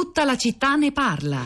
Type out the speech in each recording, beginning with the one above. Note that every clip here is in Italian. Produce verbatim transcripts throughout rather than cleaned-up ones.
Tutta la città ne parla.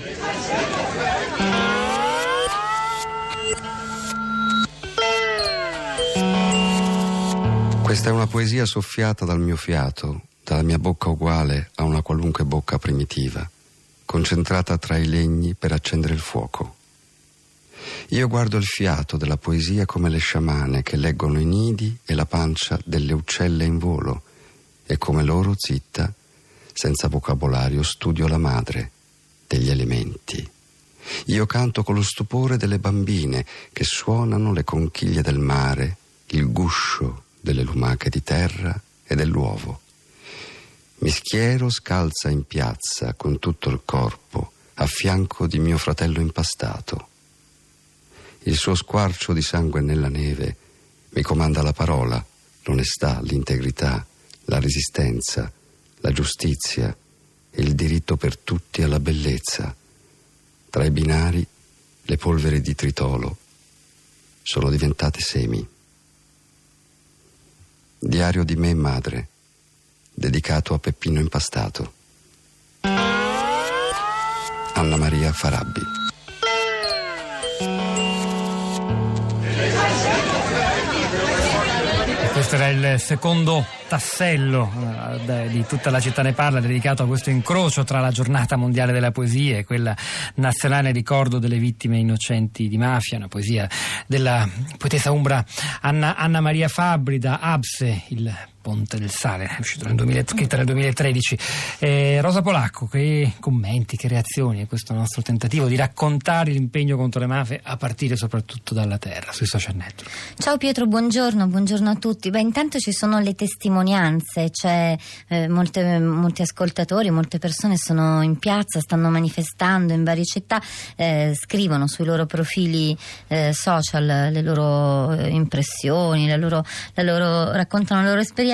Questa è una poesia soffiata dal mio fiato, dalla mia bocca uguale a una qualunque bocca primitiva, concentrata tra i legni per accendere il fuoco. Io guardo il fiato della poesia come le sciamane che leggono i nidi e la pancia delle uccelle in volo, e come loro, zitta, senza vocabolario, studio la madre degli elementi. Io canto con lo stupore delle bambine che suonano le conchiglie del mare, il guscio delle lumache di terra e dell'uovo. Mi schiero scalza in piazza con tutto il corpo a fianco di mio fratello impastato. Il suo squarcio di sangue nella neve mi comanda la parola, l'onestà, l'integrità, la resistenza, la giustizia e il diritto per tutti alla bellezza. Tra i binari le polveri di tritolo sono diventate semi. Diario di me e madre, dedicato a Peppino Impastato. Anna Maria Farabbi. Questo era il secondo tassello eh, di Tutta la città ne parla, dedicato a questo incrocio tra la giornata mondiale della poesia e quella nazionale in ricordo delle vittime innocenti di mafia, una poesia della poetessa umbra Anna, Anna Maria Fabbri da Abse, il Ponte del Sale, è uscito nel duemila, scritta nel duemilatredici. Eh, Rosa Polacco, che commenti, che reazioni a questo nostro tentativo di raccontare l'impegno contro le mafie a partire soprattutto dalla terra, sui social network? Ciao Pietro, buongiorno, buongiorno a tutti. Beh, intanto ci sono le testimonianze, c'è eh, molte, molti ascoltatori, molte persone sono in piazza, stanno manifestando in varie città, eh, scrivono sui loro profili eh, social le loro eh, impressioni, la loro, la loro, raccontano la loro esperienza.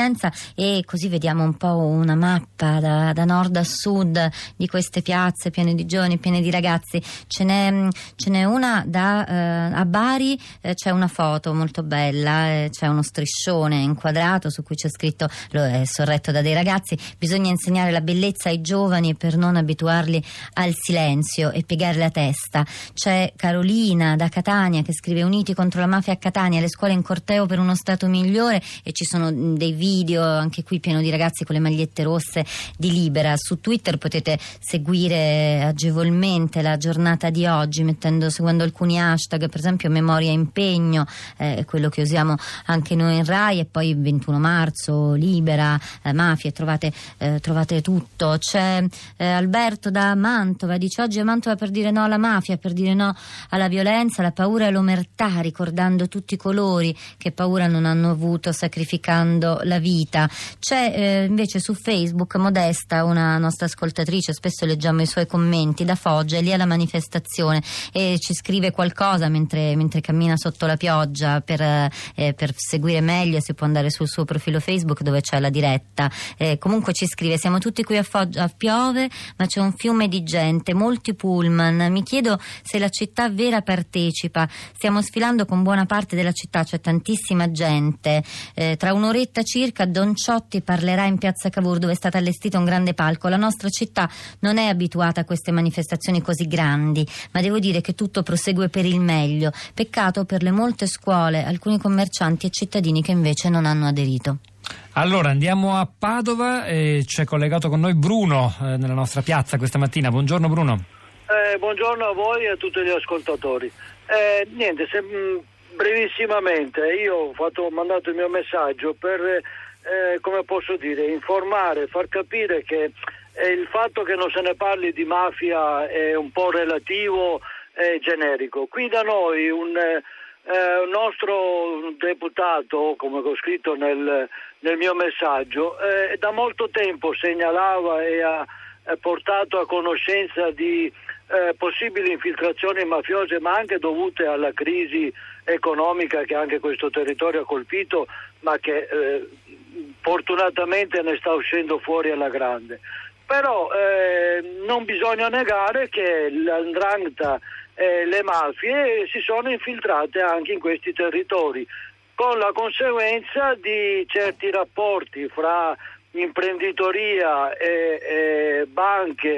E così vediamo un po' una mappa da, da nord a sud di queste piazze piene di giovani, piene di ragazzi. Ce n'è, ce n'è una da, eh, a Bari, eh, c'è una foto molto bella, eh, c'è uno striscione inquadrato su cui c'è scritto, lo è sorretto da dei ragazzi: bisogna insegnare la bellezza ai giovani per non abituarli al silenzio e piegare la testa. C'è Carolina da Catania che scrive: uniti contro la mafia a Catania, le scuole in corteo per uno stato migliore, e ci sono dei video anche qui pieno di ragazzi con le magliette rosse di Libera. Su Twitter potete seguire agevolmente la giornata di oggi mettendo, seguendo alcuni hashtag, per esempio memoria impegno, eh, quello che usiamo anche noi in Rai, e poi ventuno marzo, Libera, eh, mafie, trovate, eh, trovate tutto. C'è eh, Alberto da Mantova, dice: oggi a Mantova per dire no alla mafia, per dire no alla violenza, alla paura e all'omertà, ricordando tutti colori che paura non hanno avuto sacrificando la vita. C'è eh, invece su Facebook Modesta, una nostra ascoltatrice, spesso leggiamo i suoi commenti, da Foggia, è lì alla manifestazione e ci scrive qualcosa mentre, mentre cammina sotto la pioggia. Per, eh, per seguire meglio si può andare sul suo profilo Facebook dove c'è la diretta. Eh, comunque ci scrive: siamo tutti qui a Foggia, piove ma c'è un fiume di gente, molti pullman, mi chiedo se la città vera partecipa, stiamo sfilando con buona parte della città, c'è tantissima gente. Eh, tra un'oretta circa Don Ciotti parlerà in piazza Cavour, dove è stato allestito un grande palco. La nostra città non è abituata a queste manifestazioni così grandi, ma devo dire che tutto prosegue per il meglio. Peccato per le molte scuole, alcuni commercianti e cittadini che invece non hanno aderito. Allora andiamo a Padova e c'è collegato con noi Bruno eh, nella nostra piazza questa mattina. Buongiorno Bruno. Eh, buongiorno a voi e a tutti gli ascoltatori. Eh, niente, se, mh, brevissimamente, io ho, fatto, ho mandato il mio messaggio per, eh, come posso dire, informare, far capire che eh, il fatto che non se ne parli di mafia è un po' relativo e generico. Qui da noi un, eh, un nostro deputato, come ho scritto nel, nel mio messaggio, eh, da molto tempo segnalava e ha eh, portato a conoscenza di Eh, possibili infiltrazioni mafiose, ma anche dovute alla crisi economica che anche questo territorio ha colpito, ma che eh, fortunatamente ne sta uscendo fuori alla grande. Però eh, non bisogna negare che l'andrangheta e le mafie si sono infiltrate anche in questi territori, con la conseguenza di certi rapporti fra imprenditoria e, e banche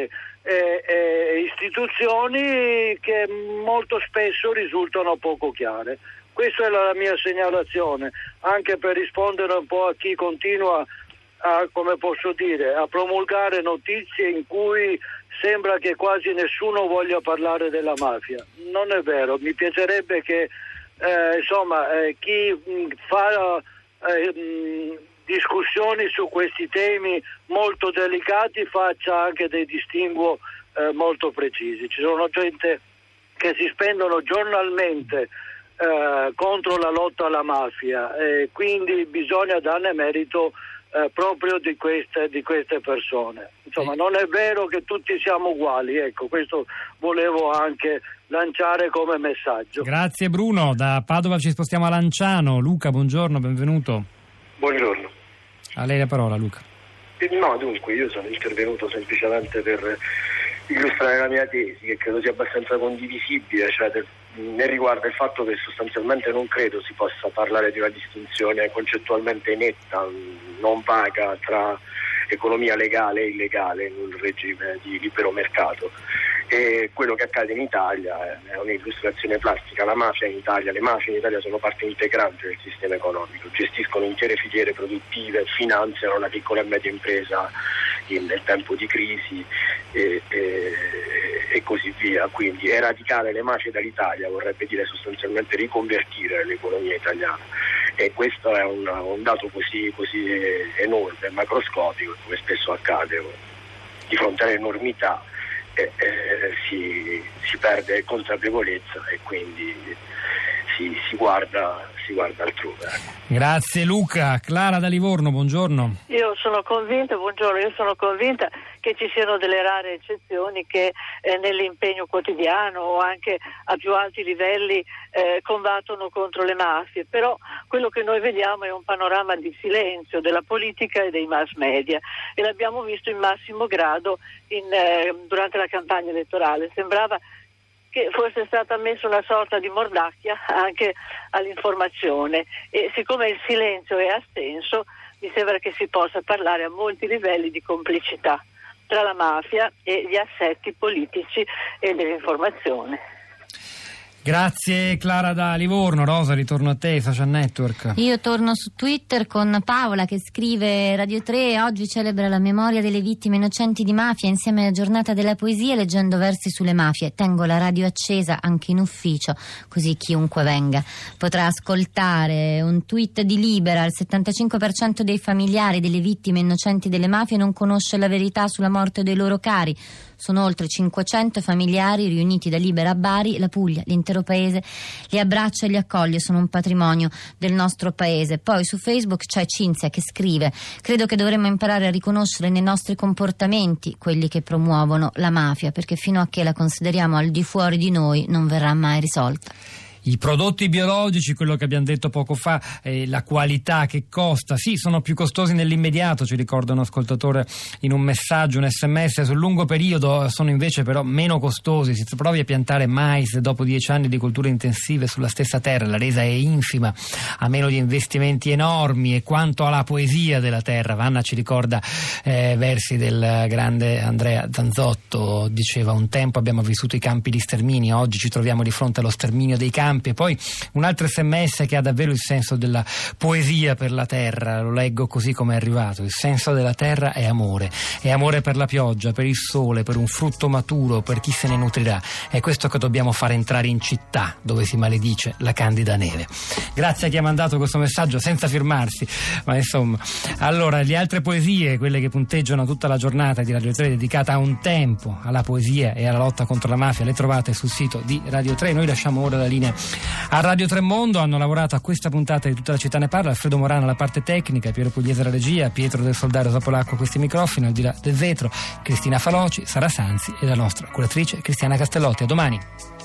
e, e istituzioni che molto spesso risultano poco chiare. Questa è la mia segnalazione, anche per rispondere un po' a chi continua a, come posso dire, a promulgare notizie in cui sembra che quasi nessuno voglia parlare della mafia. Non è vero, mi piacerebbe che eh, insomma eh, chi mh, fa eh, mh, discussioni su questi temi molto delicati faccia anche dei distinguo eh, molto precisi. Ci sono gente che si spendono giornalmente eh, contro la lotta alla mafia e quindi bisogna darne merito Eh, proprio di queste, di queste persone. Insomma, non è vero che tutti siamo uguali, ecco, questo volevo anche lanciare come messaggio. Grazie Bruno, da Padova ci spostiamo a Lanciano. Luca, buongiorno, benvenuto. Buongiorno. A lei la parola, Luca. No, dunque, io sono intervenuto semplicemente per illustrare la mia tesi, che credo sia abbastanza condivisibile, cioè del, ne riguarda il fatto che sostanzialmente non credo si possa parlare di una distinzione concettualmente netta, non vaga, tra economia legale e illegale in un regime di libero mercato. E quello che accade in Italia è un'illustrazione plastica. La mafia in Italia, le mafie in Italia sono parte integrante del sistema economico, gestiscono intere filiere produttive, finanziano la piccola e media impresa in, nel tempo di crisi e, e, e così via. Quindi eradicare le mafie dall'Italia vorrebbe dire sostanzialmente riconvertire l'economia italiana, e questo è un, un dato così, così enorme, macroscopico, come spesso accade di fronte all'enormità. Eh, eh, si, si perde consapevolezza e quindi si, si guarda si guarda altrove. Grazie Luca. Clara da Livorno, buongiorno. Io sono convinta, buongiorno, io sono convinta che ci siano delle rare eccezioni che eh, nell'impegno quotidiano o anche a più alti livelli eh, combattono contro le mafie, però quello che noi vediamo è un panorama di silenzio della politica e dei mass media, e l'abbiamo visto in massimo grado in, eh, durante la campagna elettorale. Sembrava che fosse stata messa una sorta di mordacchia anche all'informazione, e siccome il silenzio è assenso, mi sembra che si possa parlare a molti livelli di complicità tra la mafia e gli assetti politici e dell'informazione. Grazie Clara da Livorno. Rosa, ritorno a te, Social Network. Io torno su Twitter con Paola che scrive: Radio tre oggi celebra la memoria delle vittime innocenti di mafia insieme alla giornata della poesia, leggendo versi sulle mafie. Tengo la radio accesa anche in ufficio, così chiunque venga potrà ascoltare. Un tweet di Libera: il settantacinque per cento dei familiari delle vittime innocenti delle mafie non conosce la verità sulla morte dei loro cari. Sono oltre cinquecento familiari riuniti da Libera a Bari. La Puglia, l'intero paese, li abbraccia e li accoglie, sono un patrimonio del nostro paese. Poi su Facebook c'è Cinzia che scrive: credo che dovremmo imparare a riconoscere nei nostri comportamenti quelli che promuovono la mafia, perché fino a che la consideriamo al di fuori di noi non verrà mai risolta. I prodotti biologici, quello che abbiamo detto poco fa, eh, la qualità che costa, sì, sono più costosi nell'immediato, ci ricorda un ascoltatore in un messaggio, un sms. Sul lungo periodo sono invece però meno costosi. Si provi a piantare mais dopo dieci anni di colture intensive sulla stessa terra, la resa è infima, a meno di investimenti enormi. E quanto alla poesia della terra, Vanna ci ricorda eh, versi del grande Andrea Zanzotto, diceva: un tempo abbiamo vissuto i campi di sterminio, oggi ci troviamo di fronte allo sterminio dei campi. E poi un altro sms che ha davvero il senso della poesia per la terra, lo leggo così come è arrivato: il senso della terra è amore, è amore per la pioggia, per il sole, per un frutto maturo, per chi se ne nutrirà. È questo che dobbiamo fare entrare in città, dove si maledice la candida neve. Grazie a chi ha mandato questo messaggio senza firmarsi, ma insomma. Allora, le altre poesie, quelle che punteggiano tutta la giornata di Radio tre dedicata a un tempo alla poesia e alla lotta contro la mafia, le trovate sul sito di Radio tre. Noi lasciamo ora la linea a Radio tre Mondo. Hanno lavorato a questa puntata di Tutta la città ne parla Alfredo Morano alla parte tecnica, Piero Pugliese alla regia, Pietro del Soldario Zapolacco a questi microfoni, al di là del vetro Cristina Faloci, Sara Sanzi e la nostra curatrice Cristiana Castellotti. A domani.